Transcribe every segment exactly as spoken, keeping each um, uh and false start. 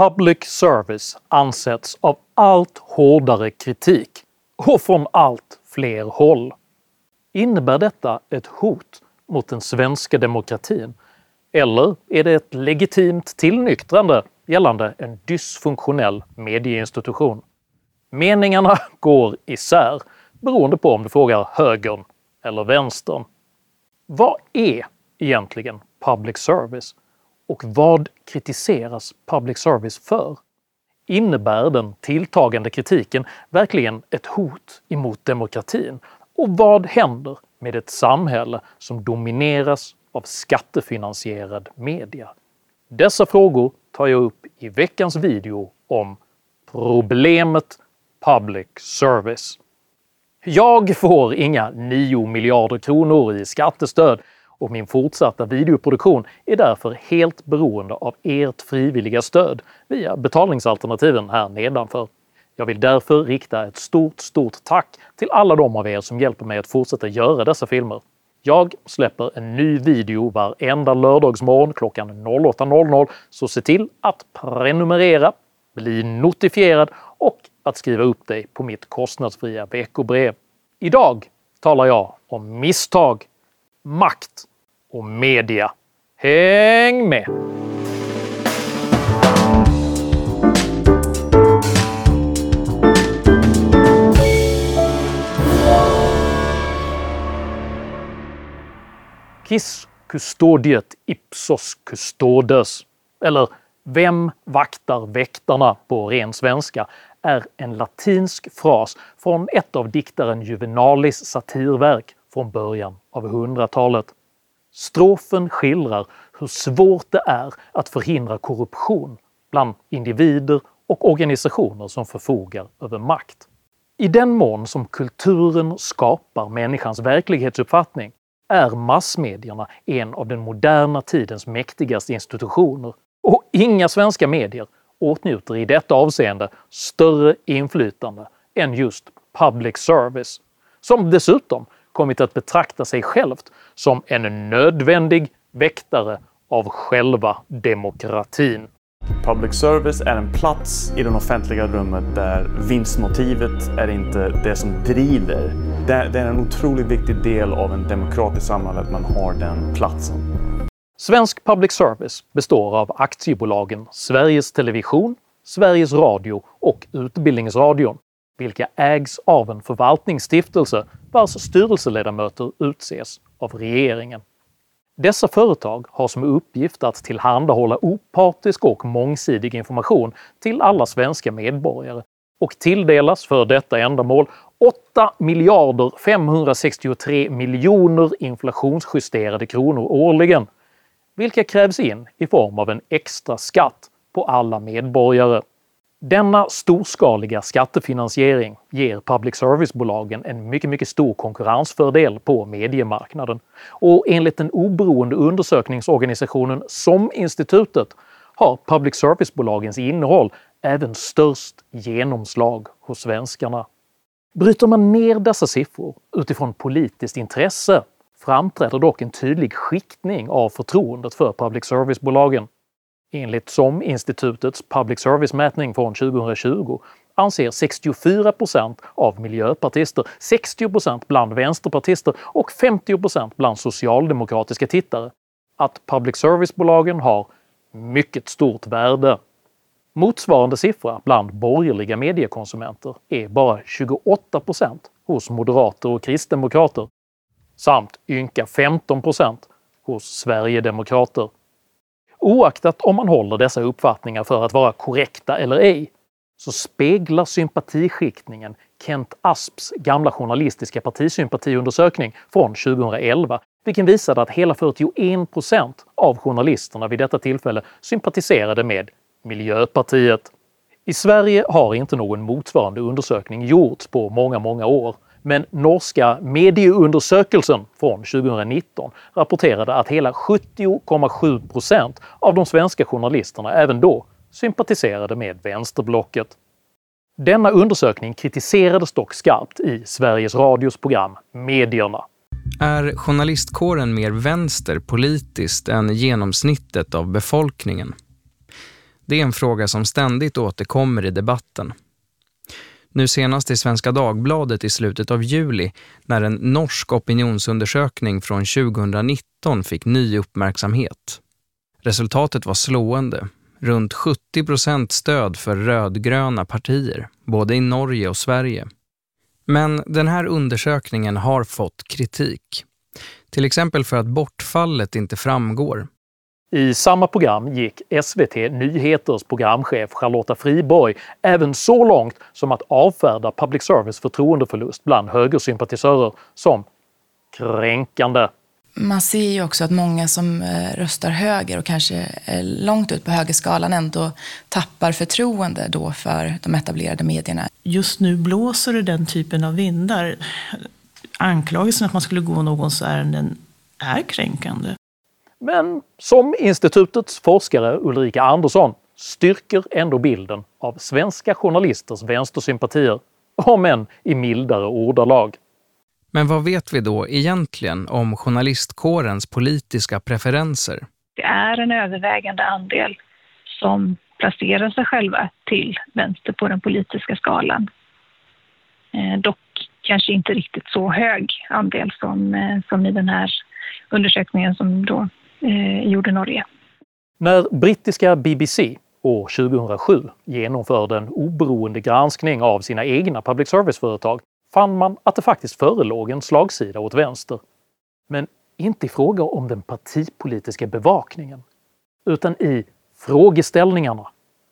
Public service ansätts av allt hårdare kritik och från allt fler håll. Innebär detta ett hot mot den svenska demokratin? Eller är det ett legitimt tillnyktrande gällande en dysfunktionell medieinstitution? Meningarna går isär beroende på om du frågar högern eller vänstern. Vad är egentligen public service? Och vad kritiseras public service för? Innebär den tilltagande kritiken verkligen ett hot emot demokratin? Och vad händer med ett samhälle som domineras av skattefinansierad media? Dessa frågor tar jag upp i veckans video om problemet public service. Jag får inga nio miljarder kronor i skattestöd och min fortsatta videoproduktion är därför helt beroende av ert frivilliga stöd via betalningsalternativen här nedanför. Jag vill därför rikta ett stort, stort tack till alla de av er som hjälper mig att fortsätta göra dessa filmer. Jag släpper en ny video varenda lördagsmorgon klockan åtta noll noll, så se till att prenumerera, bli notifierad och att skriva upp dig på mitt kostnadsfria veckobrev. Idag talar jag om misstag, makt och media. Häng med! Quis custodiet ipsos custodes, eller vem vaktar väktarna på ren svenska, är en latinsk fras från ett av diktaren Juvenalis satirverk från början av hundratalet. Strofen skildrar hur svårt det är att förhindra korruption bland individer och organisationer som förfogar över makt. I den mån som kulturen skapar människans verklighetsuppfattning är massmedierna en av den moderna tidens mäktigaste institutioner, och inga svenska medier åtnjuter i detta avseende större inflytande än just public service, som dessutom kommit att betrakta sig självt som en nödvändig väktare av själva demokratin. Public service är en plats i det offentliga rummet där vinstmotivet är inte det som driver. Det är en otroligt viktig del av en demokratisk samhälle att man har den platsen. Svensk public service består av aktiebolagen Sveriges Television, Sveriges Radio och Utbildningsradion, vilka ägs av en förvaltningsstiftelse vars styrelseledamöter utses av regeringen. Dessa företag har som uppgift att tillhandahålla opartisk och mångsidig information till alla svenska medborgare och tilldelas för detta ändamål åtta miljarder femhundrasextiotre miljoner inflationsjusterade kronor årligen, vilka krävs in i form av en extra skatt på alla medborgare. Denna storskaliga skattefinansiering ger public service-bolagen en mycket, mycket stor konkurrensfördel på mediemarknaden, och enligt den oberoende undersökningsorganisationen SOM-institutet har public service-bolagens innehåll även störst genomslag hos svenskarna. Bryter man ner dessa siffror utifrån politiskt intresse framträder dock en tydlig skiktning av förtroendet för public service-bolagen. Enligt SOM-institutets public service-mätning från tjugohundratjugo anser sextiofyra procent av miljöpartister, sextio procent bland vänsterpartister och femtio procent bland socialdemokratiska tittare att public service-bolagen har mycket stort värde. Motsvarande siffra bland borgerliga mediekonsumenter är bara tjugoåtta procent hos moderater och kristdemokrater, samt ynka femton procent hos Sverigedemokrater. Oaktat om man håller dessa uppfattningar för att vara korrekta eller ej, så speglar sympatiskiktningen Kent Asps gamla journalistiska partisympatiundersökning från tjugohundraelva, vilken visade att hela fyrtioen procent av journalisterna vid detta tillfälle sympatiserade med Miljöpartiet. I Sverige har inte någon motsvarande undersökning gjorts på många, många år, men norska Medieundersökelsen från tjugohundranitton rapporterade att hela sjuttio komma sju procent av de svenska journalisterna även då sympatiserade med vänsterblocket. Denna undersökning kritiserades dock skarpt i Sveriges Radios program Medierna. Är journalistkåren mer vänster politiskt än genomsnittet av befolkningen? Det är en fråga som ständigt återkommer i debatten. Nu senast i Svenska Dagbladet i slutet av juli när en norsk opinionsundersökning från tjugonitton fick ny uppmärksamhet. Resultatet var slående. Runt sjuttio procent stöd för rödgröna partier, både i Norge och Sverige. Men den här undersökningen har fått kritik. Till exempel för att bortfallet inte framgår. I samma program gick S V T Nyheters programchef Charlotta Friborg även så långt som att avfärda public service förtroendeförlust bland högersympatisörer som kränkande. Man ser ju också att många som röstar höger och kanske är långt ut på högerskalan ändå tappar förtroende då för de etablerade medierna. Just nu blåser det den typen av vindar. Anklagelsen att man skulle gå någons ärenden är kränkande. Men som institutets forskare Ulrika Andersson styrker ändå bilden av svenska journalisters vänstersympatier, om än i mildare ordalag. Men vad vet vi då egentligen om journalistkårens politiska preferenser? Det är en övervägande andel som placerar sig själva till vänster på den politiska skalan. Eh, dock kanske inte riktigt så hög andel som, eh, som i den här undersökningen som då eh, gjorde Norge. När brittiska B B C år tjugohundrasju genomförde en oberoende granskning av sina egna public service-företag fann man att det faktiskt förelåg en slagsida åt vänster. Men inte i fråga om den partipolitiska bevakningen, utan i frågeställningarna,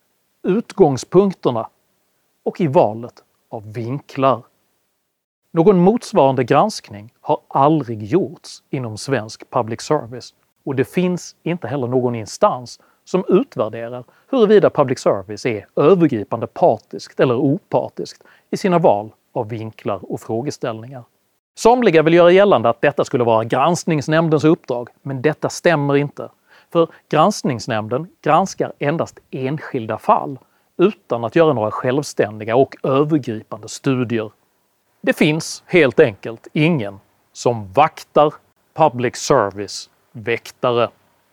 utgångspunkterna och i valet av vinklar. Någon motsvarande granskning har aldrig gjorts inom svensk public service och det finns inte heller någon instans som utvärderar huruvida public service är övergripande partiskt eller opartiskt i sina val av vinklar och frågeställningar. Somliga vill göra gällande att detta skulle vara granskningsnämndens uppdrag, men detta stämmer inte. För granskningsnämnden granskar endast enskilda fall utan att göra några självständiga och övergripande studier. Det finns helt enkelt ingen som vaktar public service väktare.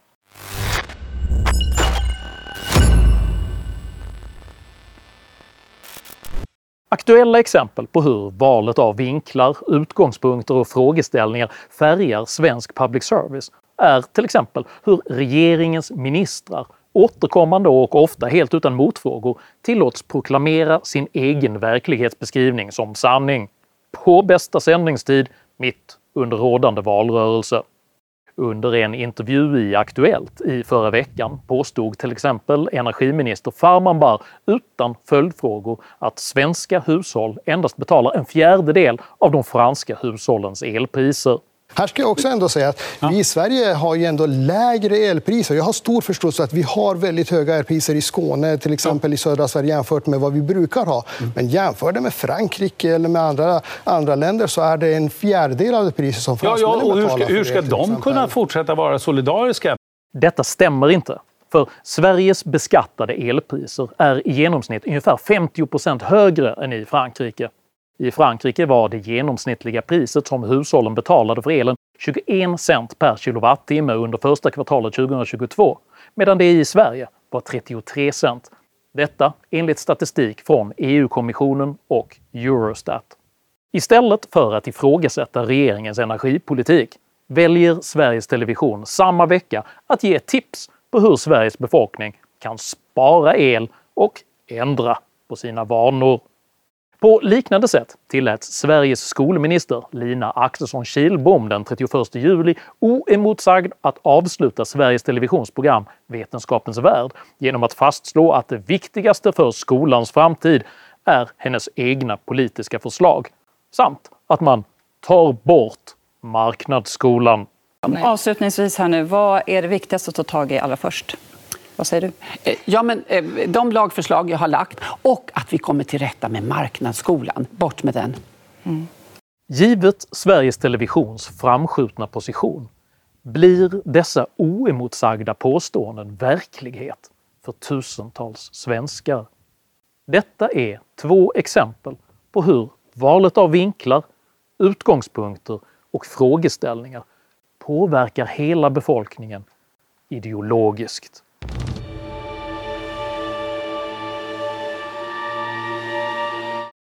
Aktuella exempel på hur valet av vinklar, utgångspunkter och frågeställningar färgar svensk public service är till exempel hur regeringens ministrar återkommande och ofta helt utan motfrågor tillåts proklamera sin egen verklighetsbeskrivning som sanning på bästa sändningstid mitt under rådande valrörelse. Under en intervju i Aktuellt i förra veckan påstod till exempel energiminister Farmanbar utan följdfrågor att svenska hushåll endast betalar en fjärdedel av de franska hushållens elpriser. Här ska jag också ändå säga att vi i Sverige har ju ändå lägre elpriser. Jag har stor förståelse att vi har väldigt höga elpriser i Skåne, till exempel i södra Sverige jämfört med vad vi brukar ha. Men jämför det med Frankrike eller med andra, andra länder så är det en fjärdedel av det priser som fransmännen ja, ja, och betalar. hur ska, hur ska det, de kunna fortsätta vara solidariska? Detta stämmer inte. För Sveriges beskattade elpriser är i genomsnitt ungefär femtio procent högre än i Frankrike. I Frankrike var det genomsnittliga priset som hushållen betalade för elen tjugoen cent per kilowattimme under första kvartalet tjugohundratjugotvå, medan det i Sverige var trettiotre cent. Detta enligt statistik från E U-kommissionen och Eurostat. Istället för att ifrågasätta regeringens energipolitik väljer Sveriges Television samma vecka att ge tips på hur Sveriges befolkning kan spara el och ändra på sina vanor. På liknande sätt tillät Sveriges skolminister Lina Axelsson Kihlbom den trettioförsta juli oemotsagd att avsluta Sveriges Televisions program Vetenskapens värld genom att fastslå att det viktigaste för skolans framtid är hennes egna politiska förslag, samt att man tar bort marknadsskolan. Avslutningsvis här nu, vad är det viktigaste att ta tag i allra först? Vad säger du? Ja, men de lagförslag jag har lagt och att vi kommer till rätta med marknadsskolan. Bort med den. Mm. Givet Sveriges Televisions framskjutna position blir dessa oemotsagda påståenden verklighet för tusentals svenskar. Detta är två exempel på hur valet av vinklar, utgångspunkter och frågeställningar påverkar hela befolkningen ideologiskt.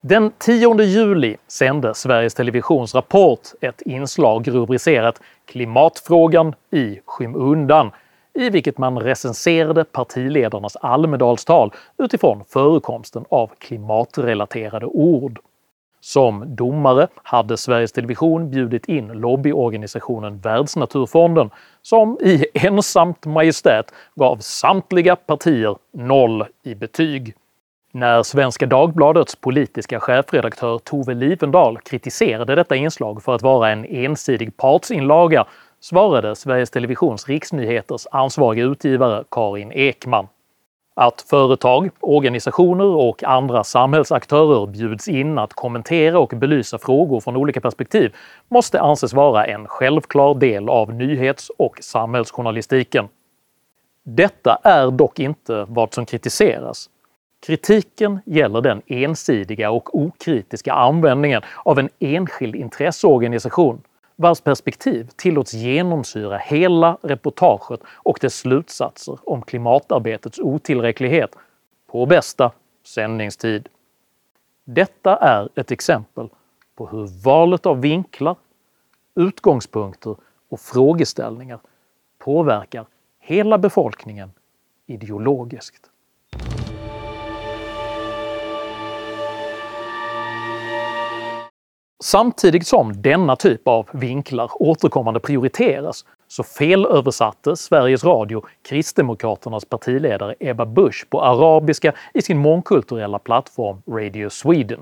Den tionde juli sände Sveriges Televisions Rapport ett inslag rubricerat “Klimatfrågan i skymundan”, i vilket man recenserade partiledarnas Almedalstal utifrån förekomsten av klimatrelaterade ord. Som domare hade Sveriges Television bjudit in lobbyorganisationen Världsnaturfonden, som i ensamt majestät gav samtliga partier noll i betyg. När Svenska Dagbladets politiska chefredaktör Tove Livendal kritiserade detta inslag för att vara en ensidig partsinlaga svarade Sveriges Televisions riksnyheters ansvariga utgivare Karin Ekman att företag, organisationer och andra samhällsaktörer bjuds in att kommentera och belysa frågor från olika perspektiv måste anses vara en självklar del av nyhets- och samhällsjournalistiken. Detta är dock inte vad som kritiseras. Kritiken gäller den ensidiga och okritiska användningen av en enskild intresseorganisation vars perspektiv tillåts genomsyra hela reportaget och dess slutsatser om klimatarbetets otillräcklighet på bästa sändningstid. Detta är ett exempel på hur valet av vinklar, utgångspunkter och frågeställningar påverkar hela befolkningen ideologiskt. Samtidigt som denna typ av vinklar återkommande prioriteras så felöversatte Sveriges Radio Kristdemokraternas partiledare Ebba Busch på arabiska i sin mångkulturella plattform Radio Sweden.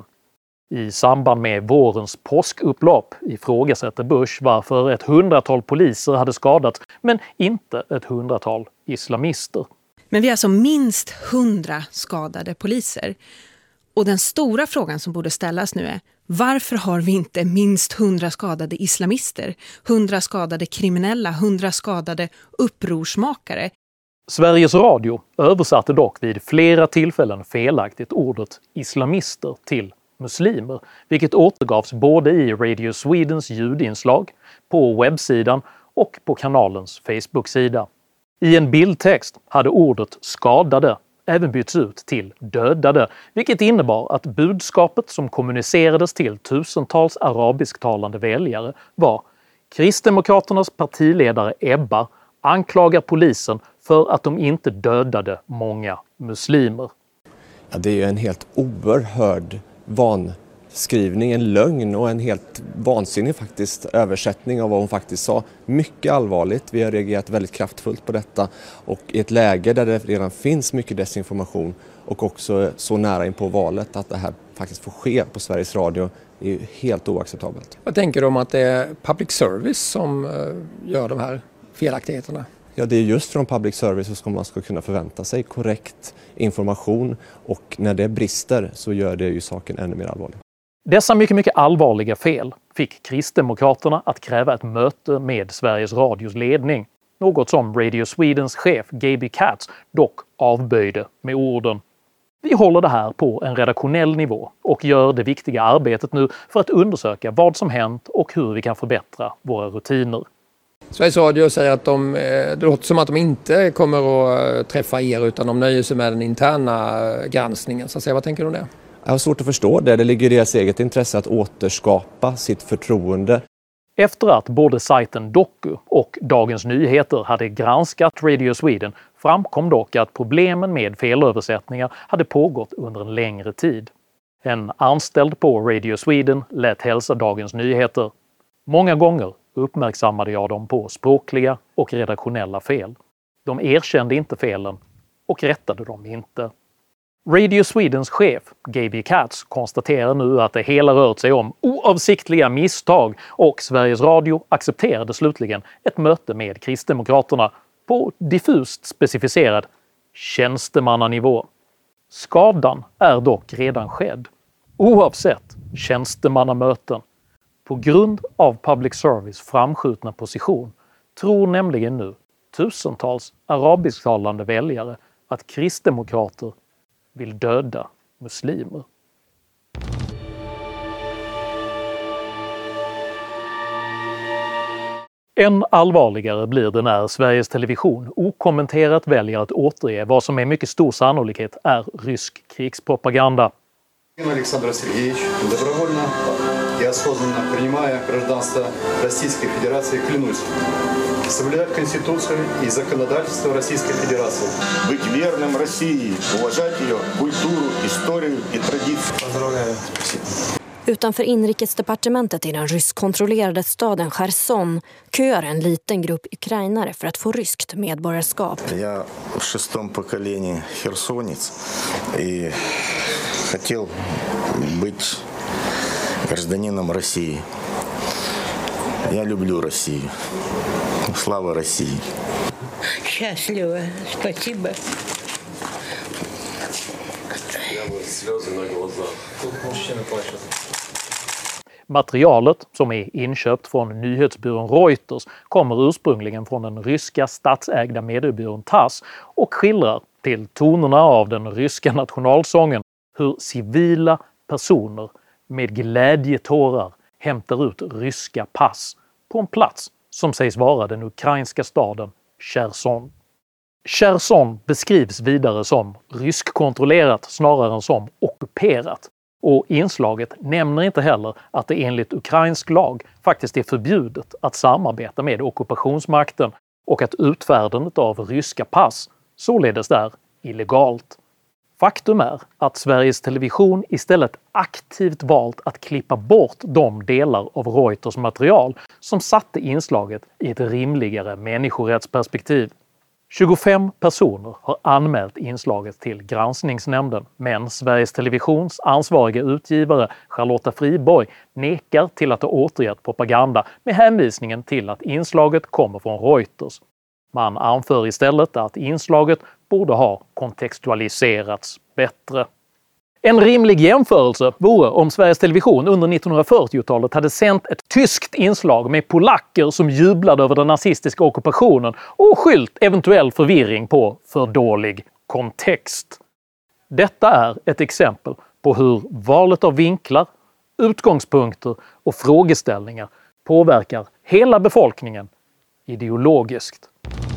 I samband med vårens påskupplopp ifrågasätter Busch varför ett hundratal poliser hade skadats men inte ett hundratal islamister. Men vi har alltså minst hundra skadade poliser. Och den stora frågan som borde ställas nu är: varför har vi inte minst hundra skadade islamister, hundra skadade kriminella, hundra skadade upprorsmakare? Sveriges Radio översatte dock vid flera tillfällen felaktigt ordet islamister till muslimer, vilket återgavs både i Radio Swedens ljudinslag, på webbsidan och på kanalens Facebook-sida. I en bildtext hade ordet skadade även byts ut till dödade, vilket innebar att budskapet som kommunicerades till tusentals arabisktalande väljare var Kristdemokraternas partiledare Ebba anklagar polisen för att de inte dödade många muslimer. Ja, det är ju en helt oerhörd vanskrivning, en lögn och en helt vansinnig faktiskt översättning av vad hon faktiskt sa. Mycket allvarligt, vi har reagerat väldigt kraftfullt på detta och i ett läge där det redan finns mycket desinformation och också så nära in på valet att det här faktiskt får ske på Sveriges Radio är ju helt oacceptabelt. Vad tänker du om att det är public service som gör de här felaktigheterna? Ja, det är just från public service som man ska kunna förvänta sig korrekt information och när det brister så gör det ju saken ännu mer allvarlig. Dessa mycket, mycket allvarliga fel fick Kristdemokraterna att kräva ett möte med Sveriges Radios ledning, något som Radio Swedens chef Gaby Katz dock avböjde med orden “Vi håller det här på en redaktionell nivå och gör det viktiga arbetet nu för att undersöka vad som hänt och hur vi kan förbättra våra rutiner.” Sveriges Radio säger att de, det låter som att de inte kommer att träffa er utan de nöjer sig med den interna granskningen. Så att säga, vad tänker du om det? Jag har svårt att förstå det. Det ligger i deras eget intresse att återskapa sitt förtroende. Efter att både sajten Doku och Dagens Nyheter hade granskat Radio Sweden framkom dock att problemen med felöversättningar hade pågått under en längre tid. En anställd på Radio Sweden lät hälsa Dagens Nyheter. Många gånger uppmärksammade jag dem på språkliga och redaktionella fel. De erkände inte felen och rättade dem inte. Radio Swedens chef Gaby Katz konstaterar nu att det hela rört sig om oavsiktliga misstag och Sveriges Radio accepterade slutligen ett möte med Kristdemokraterna på diffust specificerad tjänstemannanivå. Skadan är dock redan skedd, oavsett tjänstemannamöten. På grund av public service framskjutna position tror nämligen nu tusentals arabisktalande väljare att kristdemokrater vill döda muslimer. Än allvarligare blir det när Sveriges Television okommenterat väljer att återge vad som med mycket stor sannolikhet är rysk krigspropaganda. Александр Сергеевич, добровольно и осознанно принимая гражданство Российской Федерации, клянусь соблюдать Конституцию и законодательство Российской Федерации. Быть верным России, уважать ее культуру, историю и традиции. Поздравляю. Спасибо. Utanför inrikesdepartementet i den ryskkontrollerade staden Cherson köar en liten grupp ukrainare för att få ryskt medborgarskap. Jag в шестом поколении херсонец и хотел быть гражданином России. Я люблю Россию. Слава России. Счастливо. Спасибо. Слезы на глазах. Мужчина плачет. Materialet, som är inköpt från nyhetsbyrån Reuters, kommer ursprungligen från den ryska statsägda mediebyrån Tass och skildrar, till tonerna av den ryska nationalsången, hur civila personer med glädjetårar hämtar ut ryska pass på en plats som sägs vara den ukrainska staden Cherson. Cherson beskrivs vidare som ryskkontrollerat snarare än som ockuperat, och inslaget nämner inte heller att det enligt ukrainsk lag faktiskt är förbjudet att samarbeta med ockupationsmakten och att utfärdandet av ryska pass således är illegalt. Faktum är att Sveriges Television istället aktivt valt att klippa bort de delar av Reuters material som satte inslaget i ett rimligare människorättsperspektiv. tjugofem personer har anmält inslaget till granskningsnämnden, men Sveriges Televisions ansvariga utgivare Charlotta Friborg nekar till att ha återgett propaganda med hänvisningen till att inslaget kommer från Reuters. Man anför istället att inslaget borde ha kontextualiserats bättre. En rimlig jämförelse vore om Sveriges Television under nittonhundrafyrtiotalet hade sänt ett tyskt inslag med polacker som jublade över den nazistiska ockupationen och skyllt eventuell förvirring på för dålig kontext. Detta är ett exempel på hur valet av vinklar, utgångspunkter och frågeställningar påverkar hela befolkningen ideologiskt.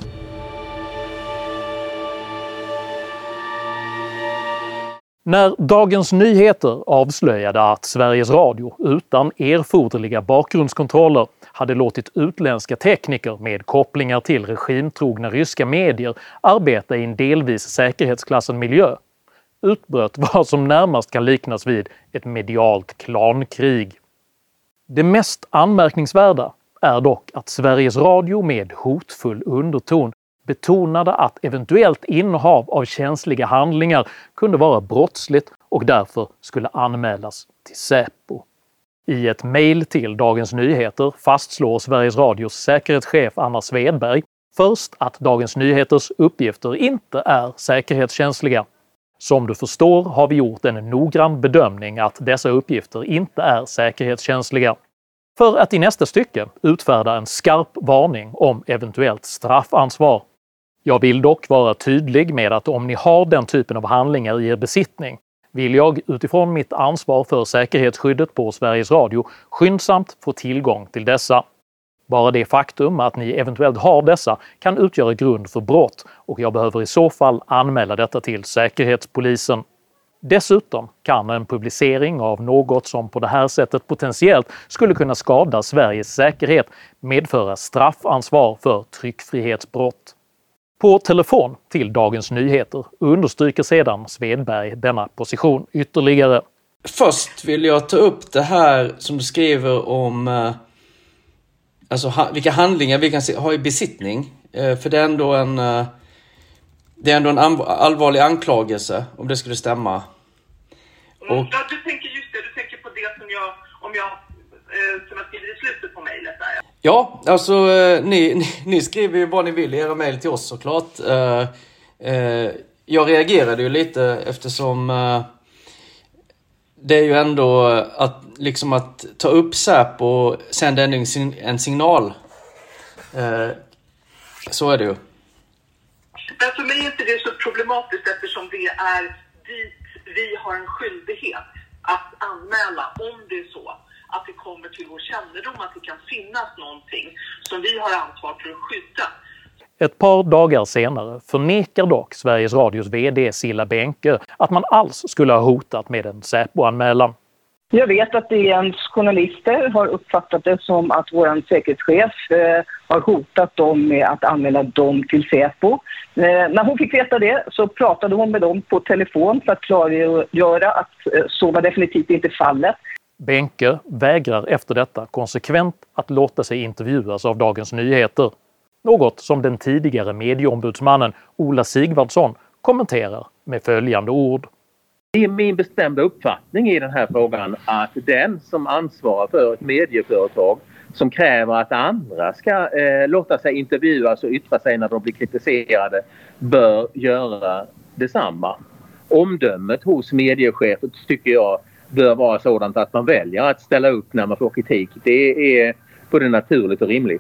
När Dagens Nyheter avslöjade att Sveriges Radio utan erforderliga bakgrundskontroller hade låtit utländska tekniker med kopplingar till regimtrogna ryska medier arbeta i en delvis säkerhetsklassad miljö, utbröt vad som närmast kan liknas vid ett medialt klankrig. Det mest anmärkningsvärda är dock att Sveriges Radio med hotfull underton betonade att eventuellt innehav av känsliga handlingar kunde vara brottsligt och därför skulle anmälas till Säpo. I ett mejl till Dagens Nyheter fastslår Sveriges Radios säkerhetschef Anna Svedberg först att Dagens Nyheters uppgifter inte är säkerhetskänsliga. Som du förstår har vi gjort en noggrann bedömning att dessa uppgifter inte är säkerhetskänsliga. För att i nästa stycke utfärda en skarp varning om eventuellt straffansvar. Jag vill dock vara tydlig med att om ni har den typen av handlingar i er besittning vill jag utifrån mitt ansvar för säkerhetsskyddet på Sveriges Radio skyndsamt få tillgång till dessa. Bara det faktum att ni eventuellt har dessa kan utgöra grund för brott och jag behöver i så fall anmäla detta till Säkerhetspolisen. Dessutom kan en publicering av något som på det här sättet potentiellt skulle kunna skada Sveriges säkerhet medföra straffansvar för tryckfrihetsbrott. På telefon till Dagens Nyheter understryker sedan Svedberg denna position ytterligare. Först vill jag ta upp det här som du skriver om eh, alltså ha, vilka handlingar vi kan se, ha i besittning. Eh, för det är ändå en, eh, det är ändå en an, allvarlig anklagelse om det skulle stämma. Och, ja, du tänker just det, du tänker på det som jag, om jag, eh, som jag skriver i slutet på mejlet där. Ja, alltså eh, ni, ni, ni skriver ju vad ni vill i era mejl till oss såklart. Eh, eh, jag reagerade ju lite eftersom eh, det är ju ändå att, liksom att ta upp Säpo och sända en, en signal. Eh, så är det ju. Men för mig är inte det så problematiskt eftersom det är dit vi har en skyldighet att anmäla om det är så att det kommer till vår kännedom att det kan finnas någonting som vi har ansvar för att skydda. Ett par dagar senare förnekar dock Sveriges Radios vd Cilla Benke att man alls skulle ha hotat med en Säpo-anmälan. Jag vet att D N:s journalister har uppfattat det som att vår säkerhetschef eh, har hotat dem med att anmäla dem till Säpo. Eh, när hon fick veta det så pratade hon med dem på telefon för att klargöra att eh, så var definitivt inte fallet. Benke vägrar efter detta konsekvent att låta sig intervjuas av Dagens Nyheter. Något som den tidigare medieombudsmannen Ola Sigvardsson kommenterar med följande ord. Det är min bestämda uppfattning i den här frågan att den som ansvarar för ett medieföretag som kräver att andra ska eh, låta sig intervjuas och yttra sig när de blir kritiserade bör göra detsamma. Omdömet hos mediechefer tycker jag bör vara sådant att man väljer att ställa upp när man får kritik. Det är både naturligt och rimligt.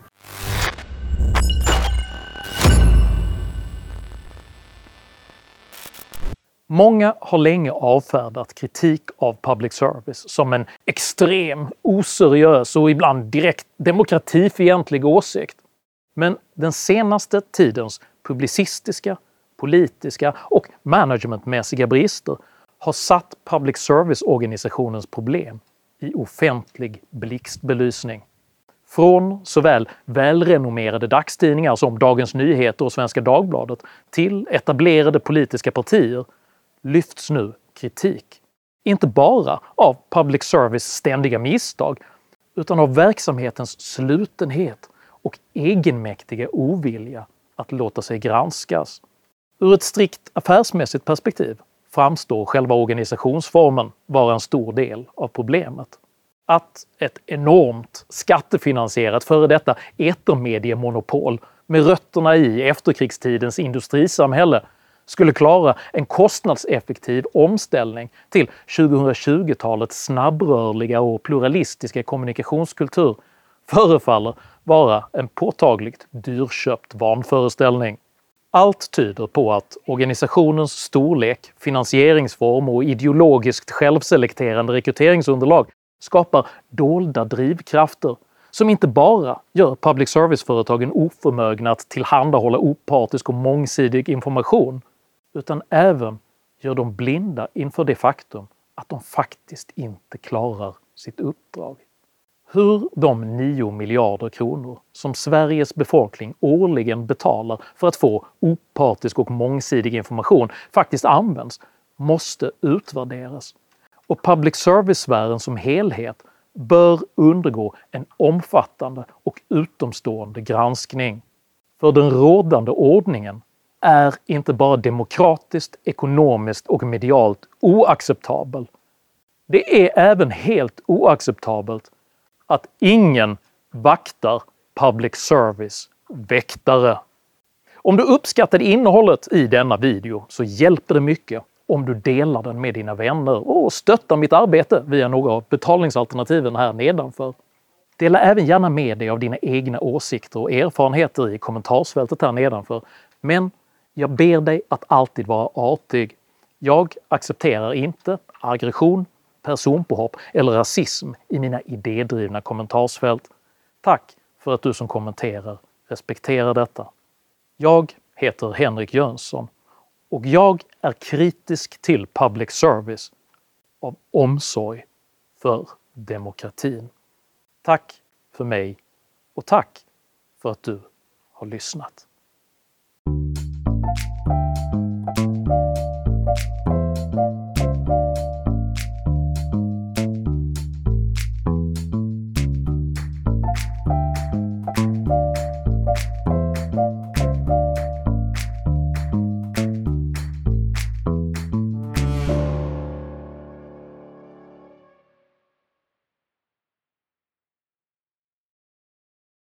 Många har länge avfärdat kritik av public service som en extrem, oseriös och ibland direkt demokratifientlig åsikt. Men den senaste tidens publicistiska, politiska och managementmässiga brister har satt public service-organisationens problem i offentlig blixtbelysning. Från såväl välrenommerade dagstidningar som Dagens Nyheter och Svenska Dagbladet till etablerade politiska partier lyfts nu kritik. Inte bara av public service ständiga misstag utan av verksamhetens slutenhet och egenmäktiga ovilja att låta sig granskas. Ur ett strikt affärsmässigt perspektiv framstår själva organisationsformen vara en stor del av problemet. Att ett enormt skattefinansierat före detta etermediemonopol med rötterna i efterkrigstidens industrisamhälle skulle klara en kostnadseffektiv omställning till tjugohundratjugotalets snabbrörliga och pluralistiska kommunikationskultur förefaller vara en påtagligt dyrköpt vanföreställning. Allt tyder på att organisationens storlek, finansieringsform och ideologiskt självselekterande rekryteringsunderlag skapar dolda drivkrafter som inte bara gör public service-företagen oförmögna att tillhandahålla opartisk och mångsidig information utan även gör dem blinda inför det faktum att de faktiskt inte klarar sitt uppdrag. Hur de nio miljarder kronor som Sveriges befolkning årligen betalar för att få opartisk och mångsidig information faktiskt används måste utvärderas. Och public service-sfären som helhet bör undergå en omfattande och utomstående granskning. För den rådande ordningen är inte bara demokratiskt, ekonomiskt och medialt oacceptabel. Det är även helt oacceptabelt att ingen vaktar public service väktare. Om du uppskattade innehållet i denna video så hjälper det mycket om du delar den med dina vänner och stöttar mitt arbete via några av betalningsalternativen här nedanför. Dela även gärna med dig av dina egna åsikter och erfarenheter i kommentarsfältet här nedanför. Men jag ber dig att alltid vara artig. Jag accepterar inte aggression, personpåhopp eller rasism i mina idédrivna kommentarsfält. Tack för att du som kommenterar respekterar detta. Jag heter Henrik Jönsson och jag är kritisk till public service av omsorg för demokratin. Tack för mig och tack för att du har lyssnat.